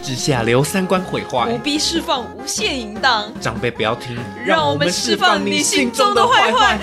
之下留三观毁坏， 不必释放无限淫荡。 长辈不要听， 让我们释放你心中的坏坏。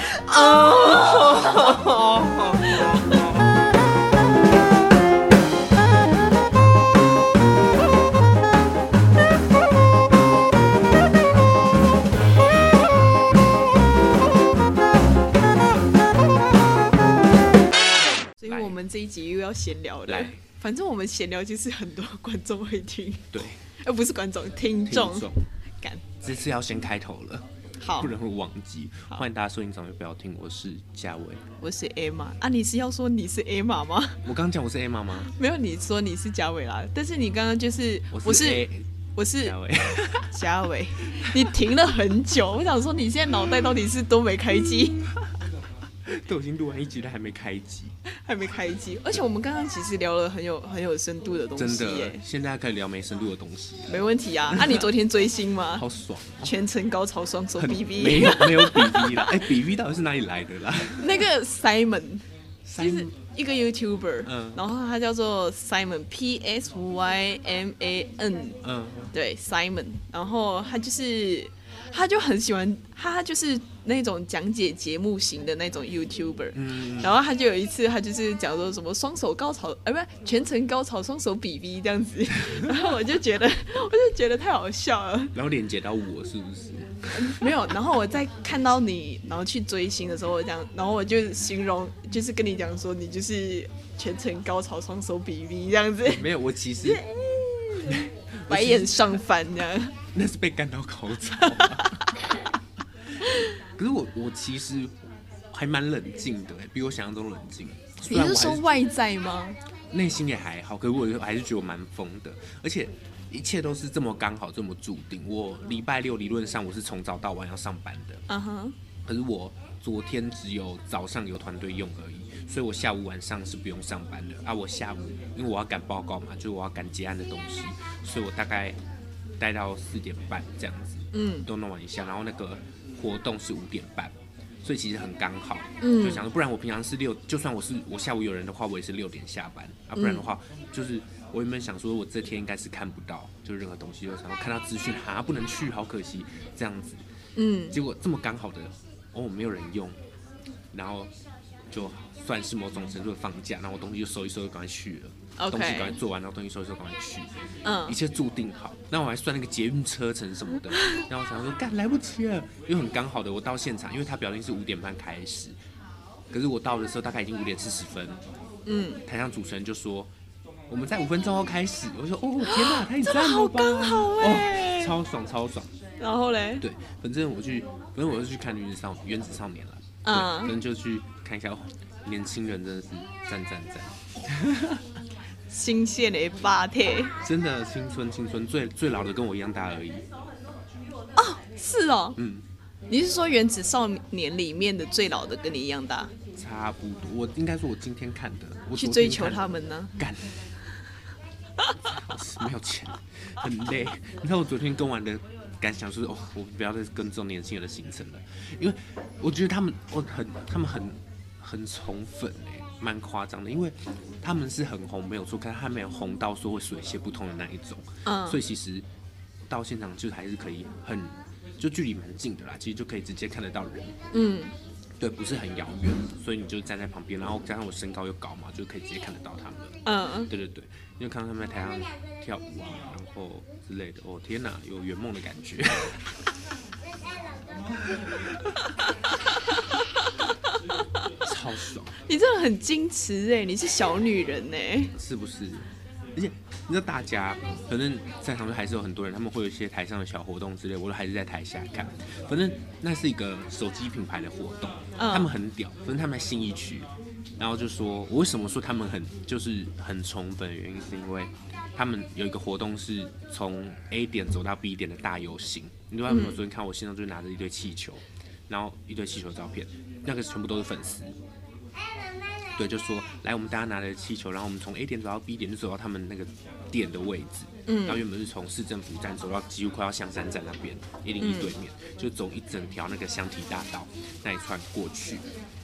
所以我们这一集又要闲聊了。反正我们闲聊就是很多观众会听， 对， 不是观众，听众。 这次要先开头了， 好， 不然会忘记。欢迎大家收听长辈不要听，我是嘉伟， 我是 Emma 啊。你是要说你是 Emma 吗？ 我刚讲我是 Emma 吗？ 没有，你说你是嘉伟啦。但是你刚刚就是我是嘉伟，你停了很久。我想说你现在脑袋到底是都没开机？ 都已经录完一集了，还没开机， 而且我们刚刚其实聊了很有深度的东西， 真的。现在可以聊没深度的东西， 没问题啊。你昨天追星吗？ 好爽， 全程高潮双手比比， 没有比比啦。比比到底是哪里来的啦？ 那个 Simon 就是一个 YouTuber，然后他叫做 Simon PSYMAN，对 Simon，然后他就很喜欢，他就是那种讲解节目型的那种 YouTuber，然后他就有一次，他就是讲说什么双手高潮，不是全程高潮双手比比这样子，然后我就觉得太好笑了。 然后连接到我是不是？ 没有，然后我在看到你，然后去追星的时候，我讲，然后我就形容，就是跟你讲说，你就是全程高潮双手比比这样子。 没有，我其实白眼上翻这样。 那是被干到高潮。可是我其实还蛮冷静的，比我想象中冷静。 你是说外在吗？ 内心也还好，可是我还是觉得我蛮疯的，而且一切都是这么刚好，这么注定。我礼拜六理论上我是从早到晚要上班的，可是我昨天只有早上有团队用而已，所以我下午晚上是不用上班的啊。我下午因为我要赶报告嘛，就是我要赶结案的东西，所以我大概待到4点半这样子，都弄完一下，然后那个活动是5点半，所以其实很刚好，就想说，不然我平常是就算我下午有人的话，我也是6点下班啊，不然的话，就是我原本想说我这天应该是看不到，就任何东西，就想说看到资讯不能去，好可惜这样子，结果这么刚好的，没有人用，然后就算是某种程度的放假，然后我东西就收一收就赶快去了。东西赶快做完，然后东西收一收，赶快去，一切注定好。那我还算那个捷运车程什么的，然后我想说，来不及了，因为很刚好的，我到现场，因为他表定是5点半开始，可是我到的时候大概已经5点40分，台上主持人就说我们在5分钟后开始，我说天哪，太赞了吧， 好刚好哎， 超爽。 然后嘞， 对，反正我就去看原子少年了，反正就去看一下，年轻人真的是赞。 新鲜的巴铁， 真的青春，最老的跟我一样大而已。 是哦，你是说《原子少年》里面的最老的跟你一样大？ 差不多，我应该说我今天看的，我去追求他们呢？ 干，没有钱，很累。你知道我昨天跟完的感想就是，我不要再跟这种年轻人的行程了，因为我觉得他们很宠粉蛮夸张的，因为他们是很红没有错，可是他没有红到说会水泄不通的那一种，所以其实到现场就还是可以就距离蛮近的啦，其实就可以直接看得到人，对，不是很遥远，所以你就站在旁边，然后加上我身高又高嘛，就可以直接看得到他们，对，因为看到他们在台上跳舞啊，然后之类的，天哪，有圆梦的感觉。超爽！ 你真的很矜持你是小女人是不是？而且你知道大家可能在场还是有很多人，他们会有一些台上的小活动之类，我都还是在台下看。反正那是一个手机品牌的活动，他们很屌，反正他们在信义区，然后就说我为什么说他们很宠粉的原因，是因为他们有一个活动是从 A 点走到 B 点的大游行。你知道他们昨天看我现场就拿着一堆气球，然后一堆气球照片，那个全部都是粉丝。对，就说来，我们大家拿着气球，然后我们从 A 点走到 B 点，就走到他们那个店的位置。然后原本是从市政府站走到几乎快要香山站那边101对面，就走一整条那个香堤大道那一串过去。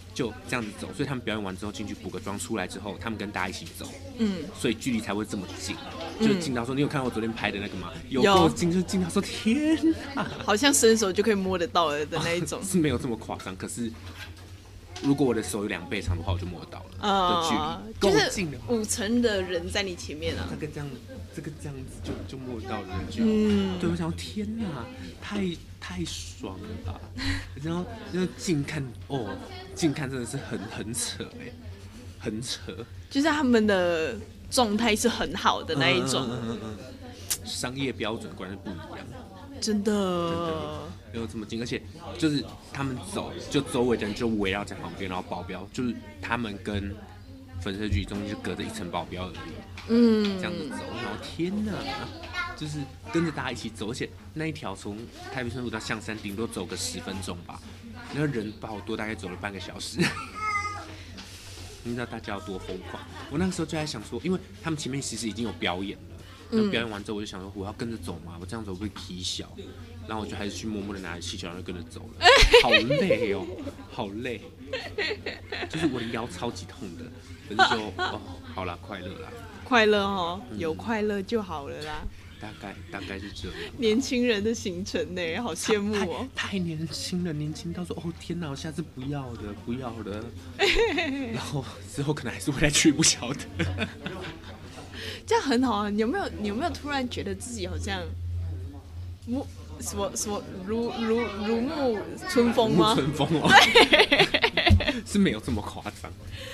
就这样子走，所以他们表演完之后进去补个妆，出来之后他们跟大家一起走，所以距离才会这么近，就近到说你有看到我昨天拍的那个吗？有够近，就近到说天哪， 好像伸手就可以摸得到了的那一种， 是没有这么夸张，可是。如果我的手有2倍长的话，我就摸得到了的距离，够近了。 5层的人在你前面啊， 这个这样子就摸得到的距离。对，我想天哪，太爽了吧！然后近看近看真的是很扯很扯。 就是他们的状态是很好的那一种， 商业标准果然是不一样。 真的没有这么近，而且就是他们走，就周围的人就围绕在旁边，然后保镖就是他们跟粉丝局中间就隔着1层保镖而已，这样子走，然后天哪，就是跟着大家一起走，而且那一条从太平顺路到象山，顶多走个10分钟吧，那人好多，大概走了半个小时。你知道大家有多疯狂？我那个时候就在想说，因为他们前面其实已经有表演了。那表演完之后，我就想说，我要跟着走嘛，我这样走会皮小，然后我就还是去默默的拿着气球，然后就跟着走了，好累哦，好累，就是我的腰超级痛的，可是就好啦，快乐啦， 快乐哦，有快乐就好了啦， 大概是这样。 年轻人的行程呢，好羡慕哦， 太年轻了，年轻到说天哪，我下次不要了，然后之后可能还是会再去，不晓得。 这样很好啊！你有没有突然觉得自己好像什么如沐春风吗？ 春风哦，是没有这么夸张。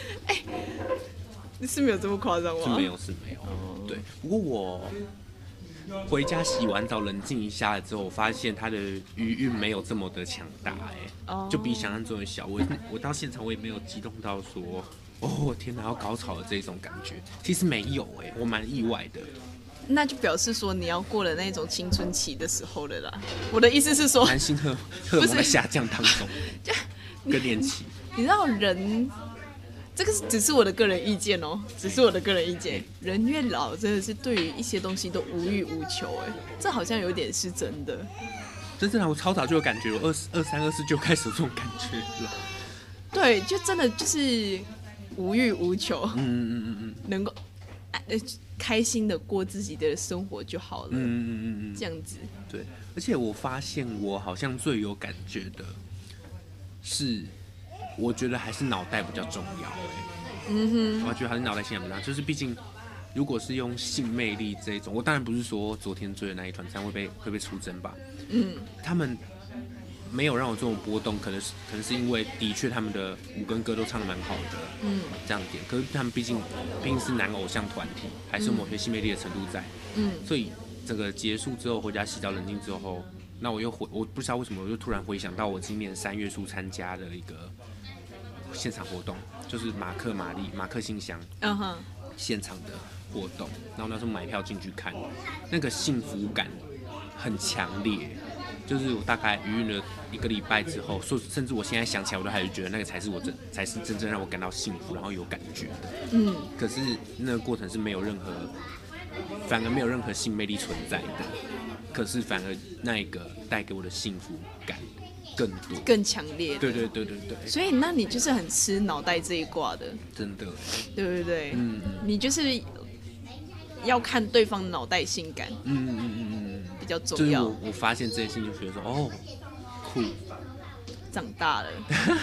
是没有这么夸张吗？ 是没有。对，不过我回家洗完澡冷静一下了之后，我发现他的余韵没有这么的强大，就比想象中的小。我到现场我也没有激动到说。天哪，要高潮的这种感觉，其实没有我蛮意外的。 那就表示说你要过了那种青春期的时候了啦。我的意思是说， 男性荷尔蒙在下降当中，更年期。 你知道人，这个只是我的个人意见哦，只是我的个人意见。人越老，真的是对于一些东西都无欲无求，这好像有点是真的。 真的，我超早就有感觉，我23、24就开始有这种感觉了。 对，就真的就是无欲无求，能够开心的过自己的生活就好了，这样子。 对，而且我发现我好像最有感觉的是，我觉得还是脑袋比较重要，我觉得还是脑袋性比较重要，就是毕竟如果是用性魅力这种，我当然不是说昨天追的那一团餐会被出征吧，他们。没有让我这种波动，可能是因为的确他们的舞跟歌都唱得蛮好的，这样点。可是他们毕竟是男偶像团体，还是有某些性魅力的程度在，所以整个结束之后回家洗澡冷静之后，那我不知道为什么我就突然回想到我今年3月初参加的一个现场活动，就是马克信箱现场的活动，然后那时候买票进去看，那个幸福感很强烈。就是我大概余韵了1个礼拜之后，甚至我现在想起来，我都还是觉得那个才是真正让我感到幸福，然后有感觉的。可是那个过程是反而没有任何性魅力存在的。可是反而那一个带给我的幸福感更多、 更强烈。 对。 所以那你就是很吃脑袋这一挂的， 真的， 对不对？你就是要看对方脑袋性感。比较重要。 就是我发现这件事情，就觉得说酷， 长大了，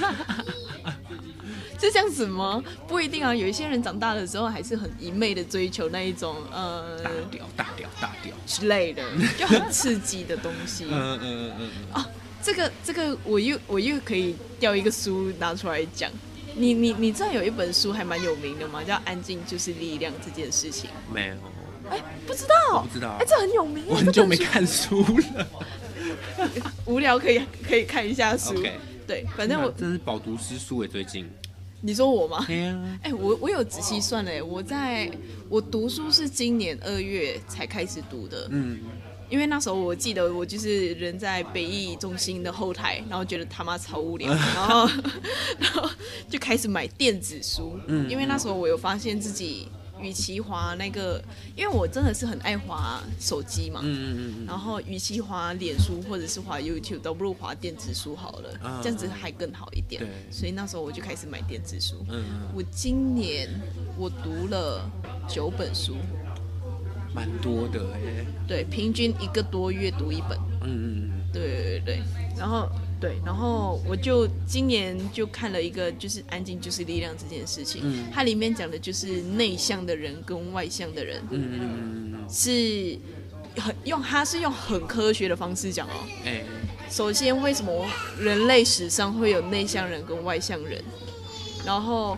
是这样子吗？不一定啊，有一些人长大的时候还是很一昧的追求那一种大屌之类的，就很刺激的东西。这个我又可以调一个书拿出来讲。你知道有一本书还蛮有名的吗？叫《安静就是力量》这件事情。 没有。 不知道， 我不知道， 这很有名。 我很久没看书了， 无聊可以看一下书。对，反正我真是饱读诗书最近。 你说我吗？ 对啊。 我有仔细算了，我读书是今年2月才开始读的。因为那时候我记得我就是人在北艺中心的后台，然后觉得他妈超无聊，然后就开始买电子书。因为那时候我有发现自己与其滑那个，因为我真的是很爱滑手机嘛，然后与其滑脸书或者是滑 YouTube， 都不如滑电子书好了，这样子还更好一点。所以那时候我就开始买电子书。我今年我读了9本书， 蛮多的耶。 对，平均1个多月读1本。对，然后我就今年就看了一个，就是安静就是力量这件事情。它里面讲的就是内向的人跟外向的人，是它是用很科学的方式讲哦。首先，为什么人类史上会有内向人跟外向人？然后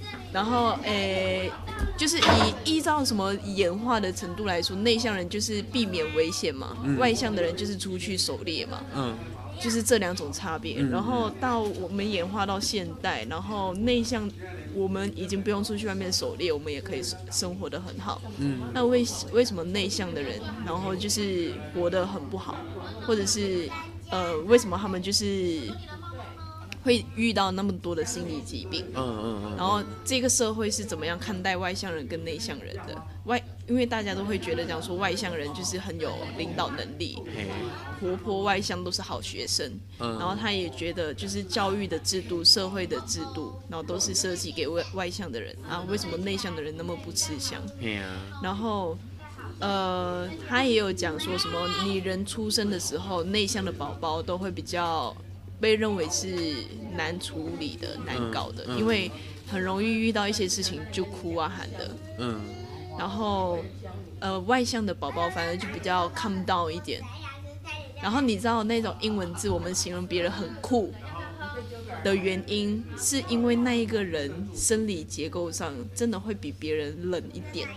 就是依照什么演化的程度来说，内向人就是避免危险嘛，外向的人就是出去狩猎嘛。就是这2种差别。然后到我们演化到现代，然后内向，我们已经不用出去外面狩猎，我们也可以生活得很好。那为什么内向的人，然后就是活得很不好，或者是为什么他们就是会遇到那么多的心理疾病？然后这个社会是怎么样看待外向人跟内向人的？因为大家都会觉得讲说外向人就是很有领导能力，活泼外向都是好学生。然后他也觉得就是教育的制度、社会的制度，然后都是设计给外向的人啊，为什么内向的人那么不吃香？然后他也有讲说什么，你人出生的时候，内向的宝宝都会比较被认为是难处理的、难搞的，因为很容易遇到一些事情就哭啊喊的。然后外向的宝宝反而就比较 calm down 一点。然后你知道那种英文字，我们形容别人很酷的原因，是因为那一个人生理结构上真的会比别人冷一点。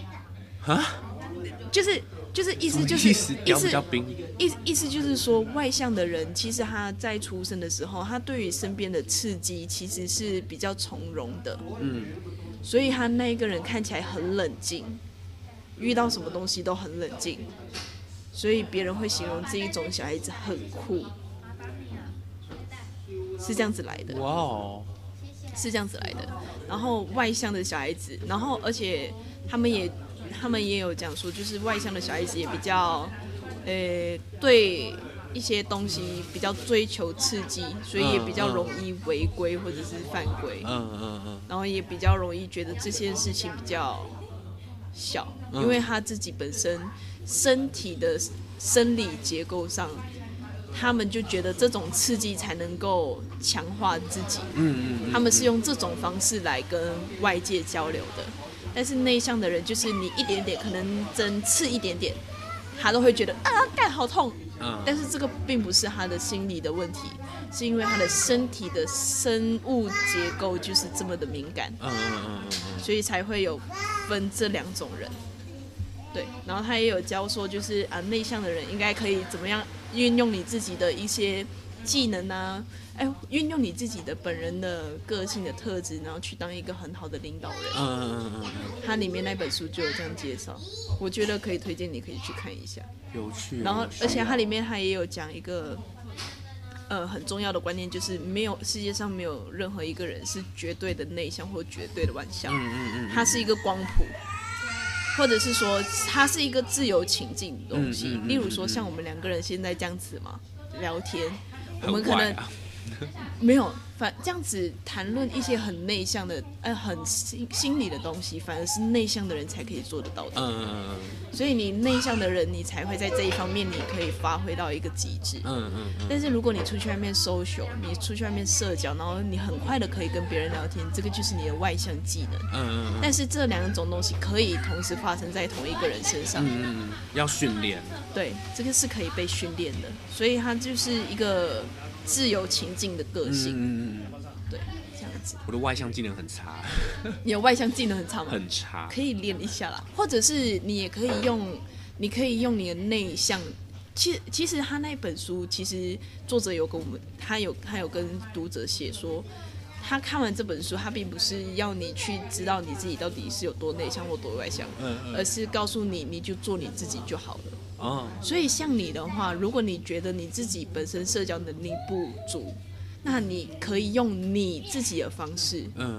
就是意思就是意思就是说，外向的人其实他在出生的时候，他对于身边的刺激其实是比较从容的。所以他那一个人看起来很冷静，遇到什么东西都很冷静，所以别人会形容这一种小孩子很酷，是这样子来的。是这样子来的。然后外向的小孩子，然后而且他们也有讲说，就是外向的小孩子也比较，对一些东西比较追求刺激，所以也比较容易违规或者是犯规。然后也比较容易觉得这件事情比较小，因为他自己本身身体的生理结构上，他们就觉得这种刺激才能够强化自己。他们是用这种方式来跟外界交流的。但是内向的人，就是你一点点可能针刺一点点，他都会觉得干好痛。但是这个并不是他的心理的问题，是因为他的身体的生物结构就是这么的敏感。所以才会有分这2种人。对，然后他也有教说，就是内向的人应该可以怎么样运用你自己的一些技能啊，运用你自己的本人的个性的特质，然后去当一个很好的领导人。他里面那本书就有这样介绍，我觉得可以推荐，你可以去看一下。 有趣。 然后，而且他里面他也有讲一个很重要的观念，就是世界上没有任何一个人是绝对的内向或绝对的外向。它是一个光谱，或者是说它是一个自由情境的东西。例如说，像我们2个人现在这样子嘛聊天，我们可能没有这样子谈论一些很内向的很心理的东西，反而是内向的人才可以做得到的。所以你内向的人，你才会在这一方面你可以发挥到一个极致。但是如果你出去外面 social， 你出去外面社交，然后你很快的可以跟别人聊天，这个就是你的外向技能。但是这2种东西可以同时发生在同一个人身上。 要训练。对， 这个是可以被训练的，所以它就是一个自由情境的个性。对，这样子。 我的外向技能很差。 你的外向技能很差吗？ 很差。 可以练一下啦，或者是你也可以用你的内向。其实他那本书，其实作者有跟我们，他有跟读者写说，他看完这本书，他并不是要你去知道你自己到底是有多内向或多外向，而是告诉你，你就做你自己就好了。所以像你的话，如果你觉得你自己本身社交能力不足，那你可以用你自己的方式，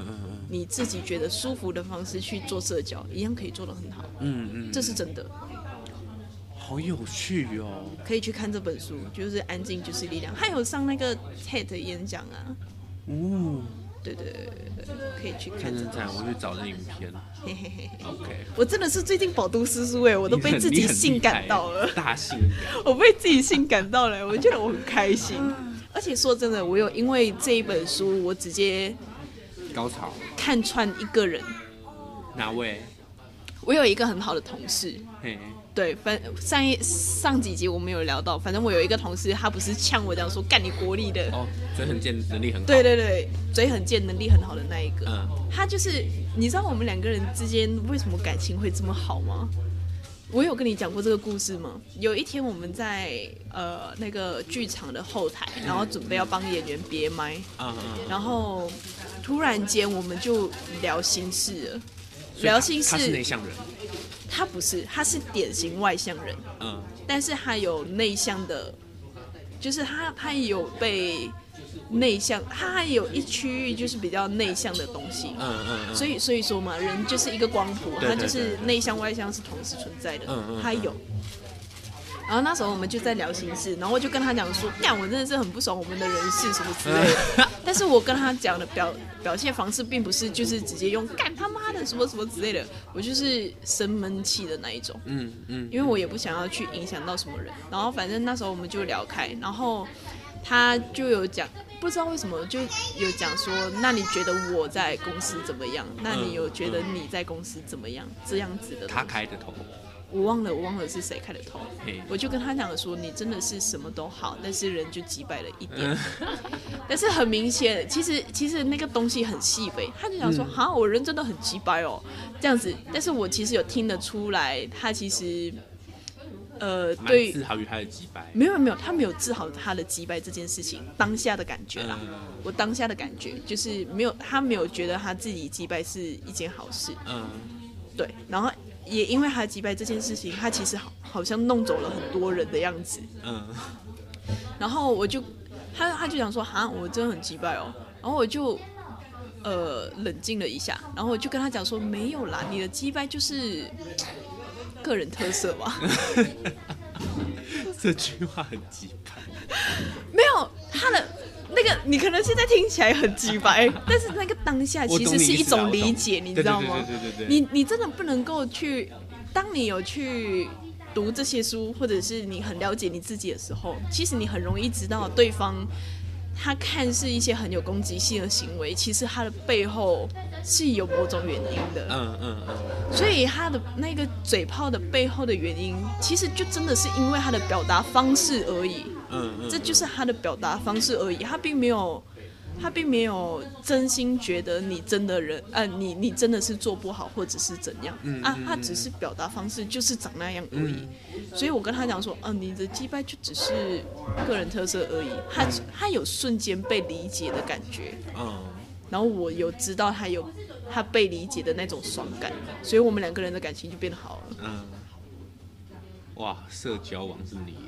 你自己觉得舒服的方式去做社交，一样可以做得很好。这是真的。 好有趣哦！ 可以去看这本书，就是《安静就是力量》，还有上那个 TED 演讲啊。对，可以去看。 我去找那影片。 嘿嘿嘿。 OK。 我真的是最近饱读诗书我都被自己性感到了。 大性感。 我被自己性感到了，我觉得我很开心。而且说真的，我有因为这一本书，我直接高潮看穿一个人。 哪位？ 我有一个很好的同事。对，上几集我们有聊到，反正我有一个同事，他不是呛我这样说，干你国立的嘴很贱，能力很好。 对，嘴很贱，能力很好的那一个。他就是你知道我们两个人之间为什么感情会这么好吗？我有跟你讲过这个故事吗？有一天我们在那个剧场的后台，然后准备要帮演员别麦，然后突然间我们就聊心事了。聊心事。 他是内向人。 他不是，他是典型外向人。但是他有内向的，就是他有被内向，他还有一区域就是比较内向的东西。所以说嘛，人就是一个光谱，他就是内向外向是同时存在的。他有。然后那时候我们就在聊心事，然后我就跟他讲说，干，我真的是很不爽我们的人事什么之类的。但是我跟他讲的表现方式并不是就是直接用干他妈的什么什么之类的，我就是生闷气的那一种。因为我也不想要去影响到什么人。然后反正那时候我们就聊开，然后他就有讲，不知道为什么就有讲说，那你觉得我在公司怎么样？那你有觉得你在公司怎么样？这样子的。 他开的头。 我忘了是谁开的头。我就跟他讲说，你真的是什么都好，但是人就击败了一点。但是很明显，其实那个东西很细微。他就想说，哈，我人真的很击败哦，这样子。但是我其实有听得出来，他其实对自豪于他的击败。 没有，他没有治好他的击败这件事情当下的感觉啦。我当下的感觉就是他没有觉得他自己击败是一件好事。对，然后。也因为他击败这件事情，他其实好像弄走了很多人的样子。然后他就想说，哈，我真的很击败哦。然后我就冷静了一下，然后我就跟他讲说，没有啦，你的击败就是个人特色嘛。 这句话很击败。 没有他的。那个你可能现在听起来很直白，但是那个当下其实是一种理解，你知道吗？你真的不能够去，当你有去读这些书，或者是你很了解你自己的时候，其实你很容易知道对方他看似一些很有攻击性的行为，其实他的背后是有某种原因的。所以他的那个嘴炮的背后的原因，其实就真的是因为他的表达方式而已。这就是他的表达方式而已，他并没有真心觉得你真的你真的是做不好或者是怎样。他只是表达方式就是长那样而已。所以我跟他讲说，你的击败就只是个人特色而已。他有瞬间被理解的感觉。然后我有知道他被理解的那种爽感，所以我们两个人的感情就变好了。 哇，社交网是你耶。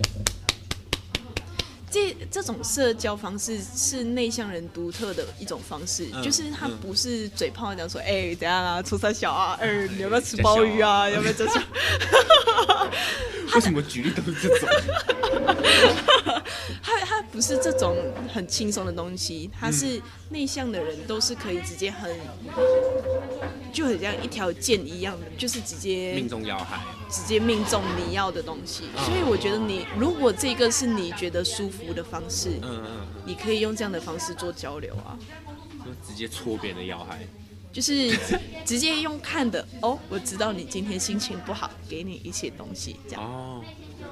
这种社交方式是内向人独特的一种方式，就是他不是嘴炮讲说，等一下啊，出三小啊，你要不要吃鲍鱼啊？要不要这种？ 为什么举例都是这种？ 他不是这种很轻松的东西，他是内向的人都是可以直接就很像一条剑一样的，就是直接命中要害， 直接命中你要的东西。所以我觉得如果这个是你觉得舒服的方式，你可以用这样的方式做交流啊， 就直接戳别人的要害， 就是直接用看的我知道你今天心情不好，给你一些东西这样。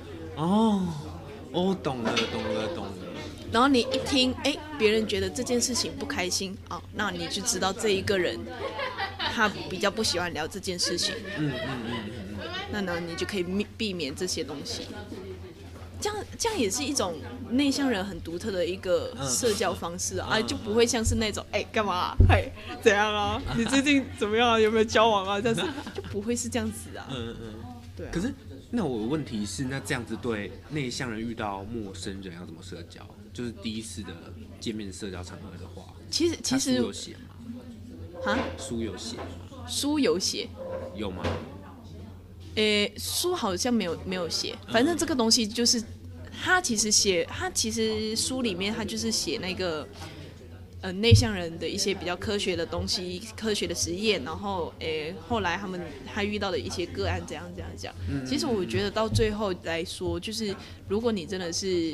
懂了。 然后你一听，别人觉得这件事情不开心，那你就知道这一个人他比较不喜欢聊这件事情。那呢，你就可以避免这些东西。这样也是一种内向人很独特的一个社交方式就不会像是那种干嘛怎样啊？你最近怎么样啊？有没有交往啊？这样子就不会是这样子啊。对啊。 可是那我的问题是，那这样子对内向人遇到陌生人要怎么社交？就是第一次的见面社交场合的话， 其实有写吗？ 哈？ 书有写吗？ 书有写。 有吗？ 书好像没有写，反正这个东西就是他其实书里面他就是写那个内向人的一些比较科学的东西，科学的实验，然后后来他遇到的一些个案怎样讲。其实我觉得到最后来说，就是如果你真的是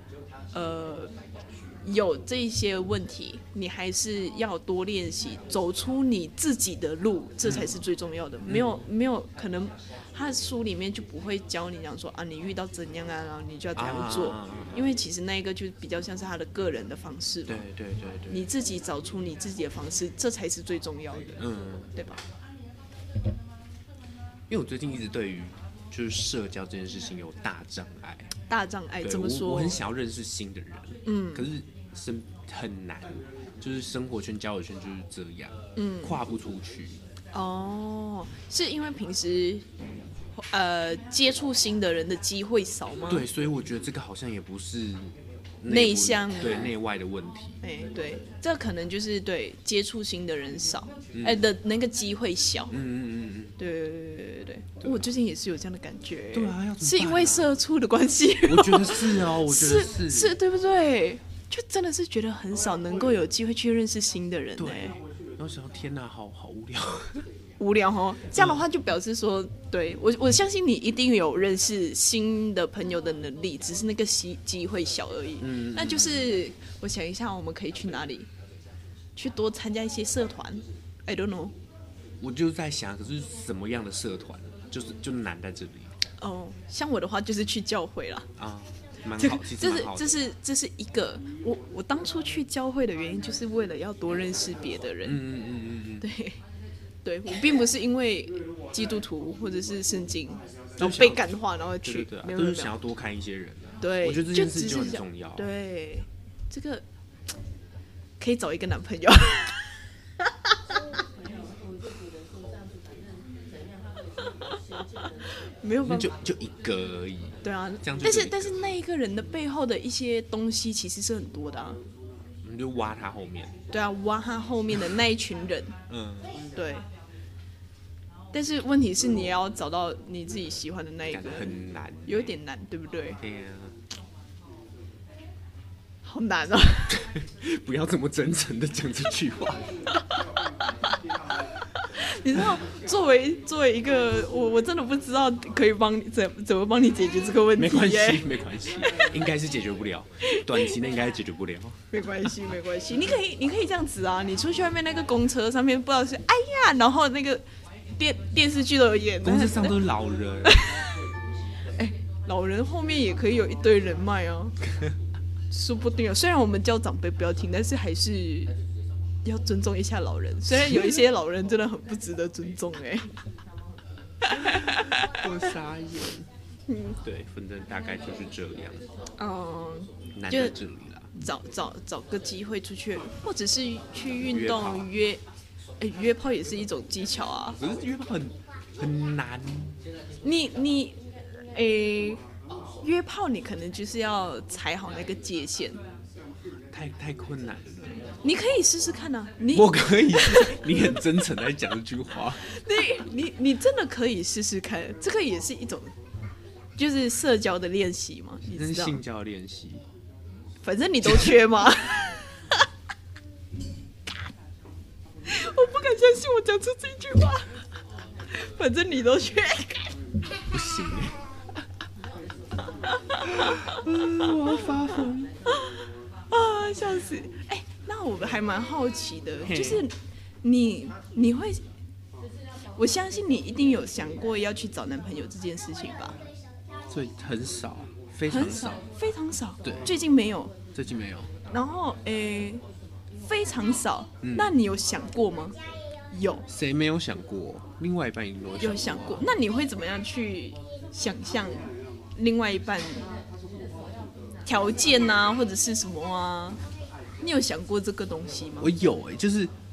有这些问题，你还是要多练习，走出你自己的路，这才是最重要的。没有可能，他的书里面就不会教你讲说啊，你遇到怎样啊，然后你就要怎样做，因为其实那一个就比较像是他的个人的方式嘛。 对， 你自己找出你自己的方式，这才是最重要的，对吧？ 因为我最近一直对于就是社交这件事情有大障碍。 大障碍怎么说？ 我很想要认识新的人，可是很难，就是生活圈、交友圈就是这样，跨不出去。 哦，是因为平时接触新的人的机会少吗？ 对，所以我觉得这个好像也不是内向内外的问题。 对，这可能就是对接触新的人少，的那个机会小。对，我最近也是有这样的感觉。 对啊， 是因为社畜的关系。 我觉得是哦，我觉得是对不对？就真的是觉得很少能够有机会去认识新的人。 对，然后想到天哪，好无聊。 无聊哦，这样的话就表示说，对我相信你一定有认识新的朋友的能力，只是那个机会小而已。那就是我想一下，我们可以去哪里？去多参加一些社团 ？I don't know。 我就在想，可是什么样的社团，就难在这里。 像我的话就是去教会啦。 蛮好，其实蛮好的。 这是一个我当初去教会的原因，就是为了要多认识别的人。对，我并不是因为基督徒或者是圣经，然后被感化然后去， 对，都是想要多看一些人。 对， 我觉得这件事就很重要。 对，这个可以找一个男朋友。没有办法， 就一个而已。 对啊， 这样但是那一个人的背后的一些东西其实是很多的啊。 我们就挖他后面。 对啊，挖他后面的那一群人。对。但是问题是，你也要找到你自己喜欢的那一个， 很难， 有点难，对不对？ 对呀， 好难哦！ 不要这么真诚的讲这句话。 你知道，作为一个我真的不知道可以怎么帮你解决这个问题。 没关系，应该是解决不了，短期内应该解决不了。 没关系，你可以这样子啊！你出去外面那个公车上面，不知道是哎呀，然后那个电视剧都有演， 公车上都是老人。 老人后面也可以有一堆人脉啊，说不定啊。虽然我们叫长辈不要听，但是还是要尊重一下老人。虽然有一些老人真的很不值得尊重我傻眼。对，反正大概就是这样。难在这里啦。 找个机会出去，或者是去运动约炮也是一种技巧啊。 可是约炮很难。 你约炮你可能就是要踩好那个界限。 太困难了。 你可以试试看啊！ 我可以试试，你很真诚在讲这句话。 你真的可以试试看，这个也是一种就是社交的练习嘛，你知道？ 性交练习， 反正你都缺嘛。我不敢相信我讲出这句话。反正你都缺， 不行。我要发疯啊！笑死！那我还蛮好奇的，就是你会，我相信你一定有想过要去找男朋友这件事情吧？ 所以很少，非常少， 非常少。 对， 最近没有。 然后非常少。那你有想过吗？有。 谁没有想过？另外一半一定有想过。那你会怎么样去想象另外一半条件啊，或者是什么啊？你有想过这个东西吗？ 我有就是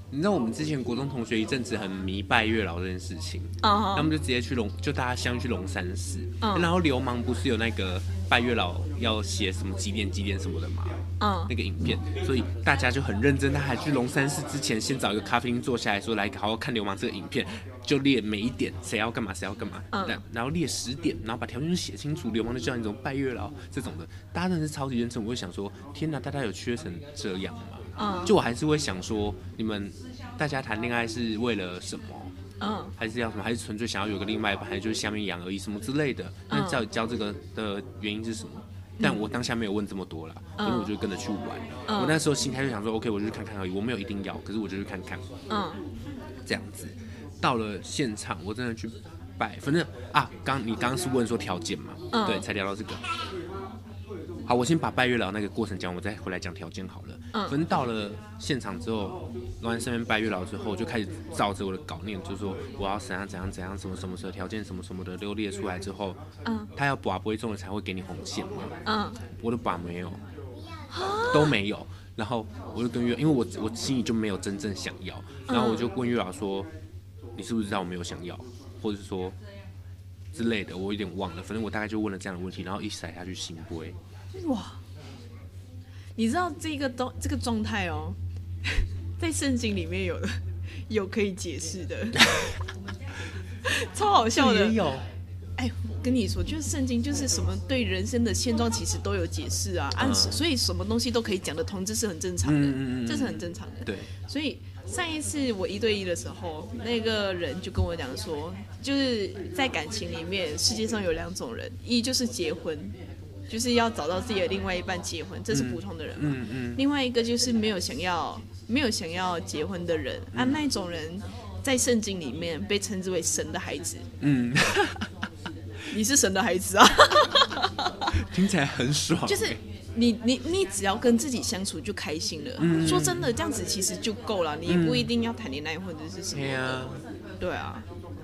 你知道我们之前国中同学一阵子很迷拜月老这件事情，他们就直接去就大家相去龙山寺，然后流氓不是有那个拜月老要写什么几点几点什么的吗？那个影片，所以大家就很认真，他还去龙山寺之前先找一个咖啡厅坐下来说来好好看流氓这个影片，就列每一点谁要干嘛谁要干嘛，然后列10点，然后把条件写清楚，流氓就教你怎么拜月老这种的，大家真的是超级认真。我会想说，天哪，大家有缺成这样吗？就我还是会想说，你们大家谈恋爱是为了什么？还是要什么？还是纯粹想要有个另外一半，还是就是下面养而已，什么之类的？那到底教这个的原因是什么？但我当下没有问这么多啦，因为我就跟着去玩。我那时候心态就想说 ，OK， 我就去看看而已，我没有一定要，可是我就去看看。这样子，到了现场，我真的去拜，反正你刚刚是问说条件嘛，对，才聊到这个。好，我先把拜月老那个过程讲，我再回来讲条件好了。反正到了现场之后，龙山寺那边拜月老之后，我就开始照着我的稿念，就是说我要怎样怎样怎样，什么什么的条件，什么什么的都列出来之后，他要拔不会中了才会给你红线嘛。我的拔没有，都没有。然后我就跟月，因为我心里就没有真正想要，然后我就问月老说，你是不是知道我没有想要，或者是说之类的，我有点忘了。反正我大概就问了这样的问题，然后一甩下去心杯。 哇，你知道这个状态哦，在圣经里面有可以解释的，超好笑的。 也有， 我跟你说，就是圣经就是什么对人生的现状其实都有解释啊，所以什么东西都可以讲得通，这是很正常的，这是很正常的。 对， 所以上一次我1对1的时候，那个人就跟我讲说，就是在感情里面，世界上有2种人，一就是结婚。就是要找到自己的另外一半结婚，这是普通的人嘛。另外一个就是没有想要结婚的人那种人在圣经里面被称之为神的孩子。你是神的孩子啊， 听起来很爽。 就是你只要跟自己相处就开心了。说真的，这样子其实就够了，你不一定要谈恋爱或者是什么的。对啊，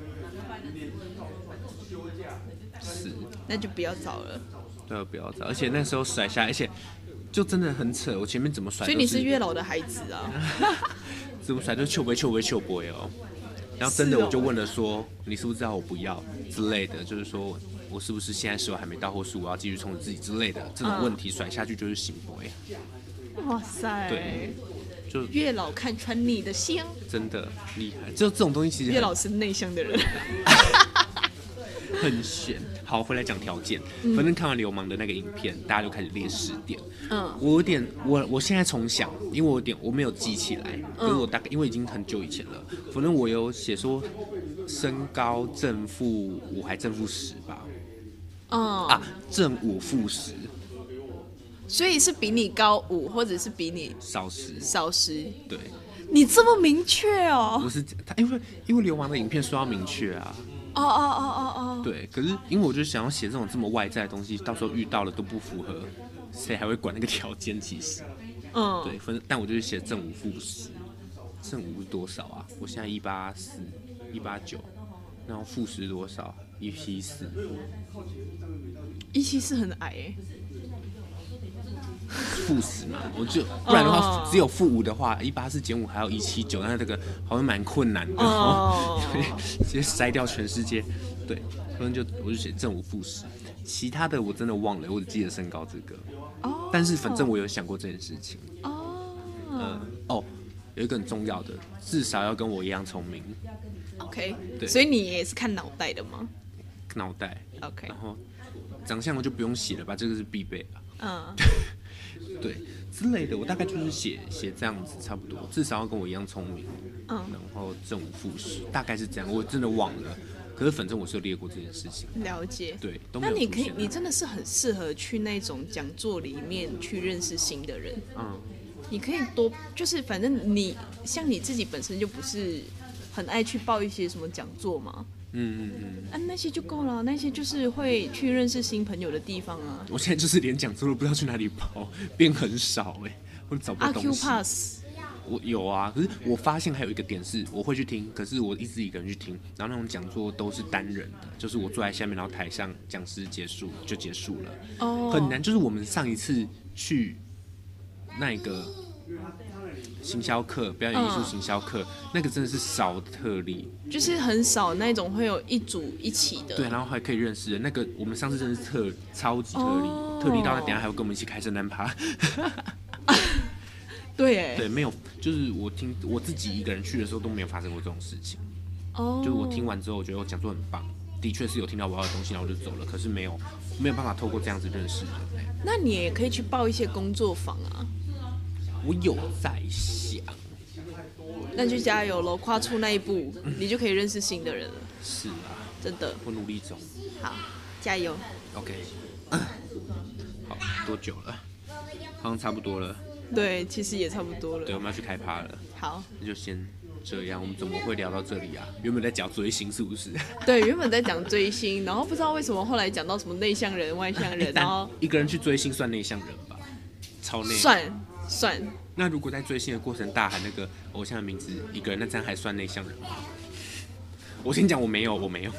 是， 那就不要找了。 对，不要找，而且那时候甩下，而且就真的很扯，我前面怎么甩， 所以你是月老的孩子啊， 怎么甩就求不会哦。然后真的我就问了说，你是不是知道我不要之类的，就是说我是不是现在时候还没到，或是我要继续冲自己之类的这种问题甩下去就是行为。 哇塞， 对，就月老看穿你的心， 真的厉害。就这种东西其实月老是内向的人。 很悬。好，回来讲条件。反正看完流氓的那个影片，大家就开始列10点。我有点，我现在重想，因为我没有记起来，可是我大概因为已经很久以前了。反正我有写说身高正负5还正负10吧。正5负10。 所以是比你高5，或者是比你少10。 少10。 对。 你这么明确哦？ 不是他，因为流氓的影片说要明确啊。对，可是因为我就想要写这么外在的东西，到时候遇到了都不符合，谁还会管那个条件？其实，对，但我就是写正5负10，正5是多少啊？我现在184、189，然后负10多少 ？174很矮欸。 负10嘛，我就不然的话，只有负5的话，184减5还有179，那这个好像蛮困难的，直接筛掉全世界。对，反正我就写正5负10，其他的我真的忘了，我只记得身高这个。但是反正我有想过这件事情。有一个很重要的，至少要跟我一样聪明。 OK， 对， 所以你也是看脑袋的吗？ 脑袋。 OK， 然后长相我就不用写了吧，这个是必备吧。对之类的，我大概就是写这样子差不多，至少要跟我一样聪明。然后正5负10，大概是这样，我真的忘了。可是反正我是有列过这件事情。 了解。 对，都没有。 那你真的是很适合去那种讲座里面去认识新的人。你可以就是反正像你自己本身就不是很爱去报一些什么讲座嘛。那些就够了，那些就是会去认识新朋友的地方啊。 我现在就是连讲座都不知道去哪里报，变很少我找不到东西。 Acupass 我有啊，可是我发现还有一个点是，我会去听，可是我一个人去听，然后那种讲座都是单人的，就是我坐在下面，然后台上讲师结束就结束了，很难。就是我们上一次去那个行销课、表演艺术行销课，那个真的是少特例， 就是很少那种会有一组一起的。 对，然后还可以认识人。那个我们上次真的是超级特例，特例到等一下还会跟我们一起开圣诞趴。 对耶， 对，没有，就是我自己一个人去的时候都没有发生过这种事情。就是我听完之后，我觉得我讲座很棒，的确是有听到我要的东西，然后我就走了。可是没有办法透过这样子认识人。 那你也可以去报一些工作坊啊。 我有在想， 那就加油喽，跨出那一步，你就可以认识新的人了。 是啊， 真的， 我努力中。 好，加油。 OK， 好，多久了？好像差不多了。 对，其实也差不多了。 对，我们要去开趴了。 好， 那就先这样。我们怎么会聊到这里啊？原本在讲追星是不是？ 对，原本在讲追星，然后不知道为什么后来讲到什么内向人、外向人，然后一个人去追星算内向人吧？超内。 算。 那如果在追星的过程大喊那个偶像的名字，一个人，那这样还算内向人吗？我先讲，我没有。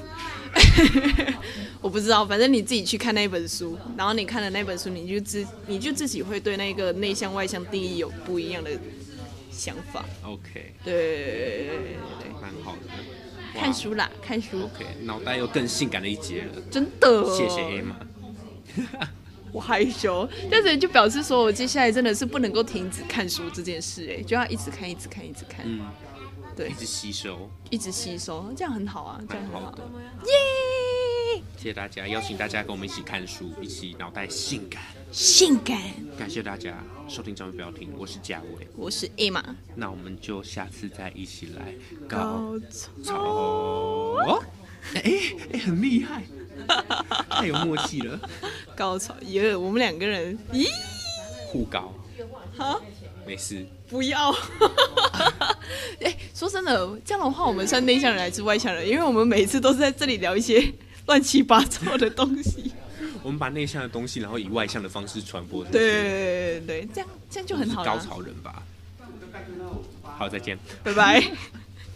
我不知道，反正你自己去看那本书，然后你看了那本书，你就自己会对那个内向外向定义有不一样的想法。 OK， 对， 蛮好的。 看书啦，看书。 OK， 脑袋又更性感了一截了。 真的， 谢谢 Emma。 我害羞，但是就表示说我接下来真的是不能够停止看书这件事，就要一直看。对， 一直吸收， 这样很好啊，这样很好的。 耶！ 谢谢大家，邀请大家跟我们一起看书，一起脑袋性感。感谢大家收听《张宇不要听》，我是嘉伟， 我是 Emma， 那我们就下次再一起来高潮。很厉害，太有默契了。 高潮耶！我们两个人互高。 哈， 没事。 不要。说真的，这样的话我们算内向人还是外向人？因为我们每次都是在这里聊一些乱七八糟的东西。 我们把内向的东西，然后以外向的方式传播出去。 对，这样就很好了。 高潮人吧。好，再见， 拜拜。